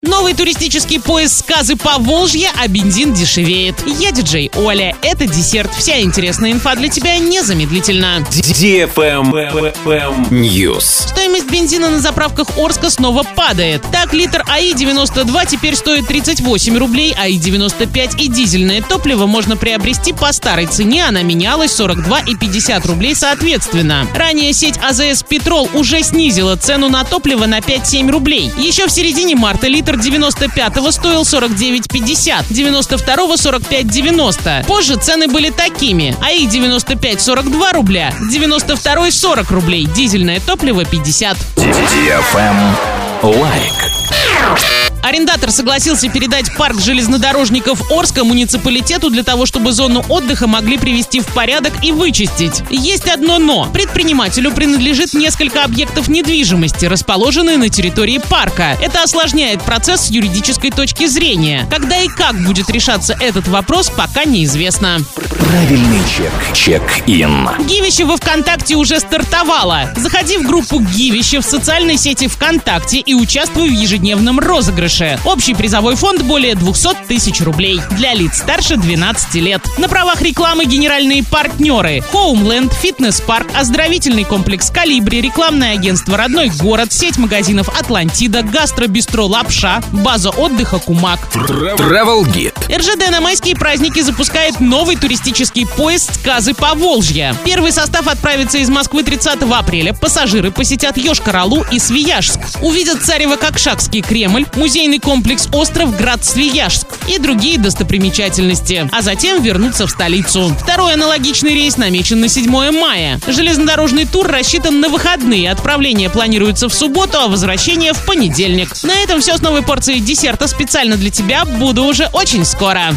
Новый туристический поезд «Сказы Поволжья», а бензин дешевеет. Я диджей Оля. Это десерт. Вся интересная инфа для тебя незамедлительно. News. Стоимость бензина на заправках Орска снова падает. Так, литр АИ-92 теперь стоит 38 рублей, АИ-95 и дизельное топливо можно приобрести по старой цене, она менялась 42 и 50 рублей соответственно. Ранее сеть АЗС «Петрол» уже снизила цену на топливо на 5-7 рублей. Еще в середине марта литр 95-го стоил 49,50, 92-го 45,90. Позже цены были такими: АИ-95 42 рубля, 92-й 40 рублей, дизельное топливо 50. Лайк. Арендатор согласился передать парк железнодорожников Орска муниципалитету для того, чтобы зону отдыха могли привести в порядок и вычистить. Есть одно «но». Предпринимателю принадлежит несколько объектов недвижимости, расположенные на территории парка. Это осложняет процесс с юридической точки зрения. Когда и как будет решаться этот вопрос, пока неизвестно. Правильный чек. Чек-ин. Гивище во ВКонтакте уже стартовало. Заходи в группу Гивище в социальной сети ВКонтакте и участвуй в ежедневном розыгрыше. Общий призовой фонд более 200 тысяч рублей. Для лиц старше 12 лет. На правах рекламы генеральные партнеры: Homeland, фитнес-парк, оздоровительный комплекс «Калибри», рекламное агентство «Родной город», сеть магазинов «Атлантида», гастробистро «Лапша», база отдыха «Кумак». Travel Guide. РЖД на майские праздники запускает новый туристический поезд «Сказы Поволжья». Первый состав отправится из Москвы 30 апреля. Пассажиры посетят Йошкар-Олу и Свияжск. Увидят Царево-Кокшакский Кремль, музейный комплекс «Остров Град-Свияжск» и другие достопримечательности, а затем вернуться в столицу. Второй аналогичный рейс намечен на 7 мая. Железнодорожный тур рассчитан на выходные. Отправление планируется в субботу, а возвращение в понедельник. На этом все с новой порцией десерта специально для тебя. Буду уже очень скоро.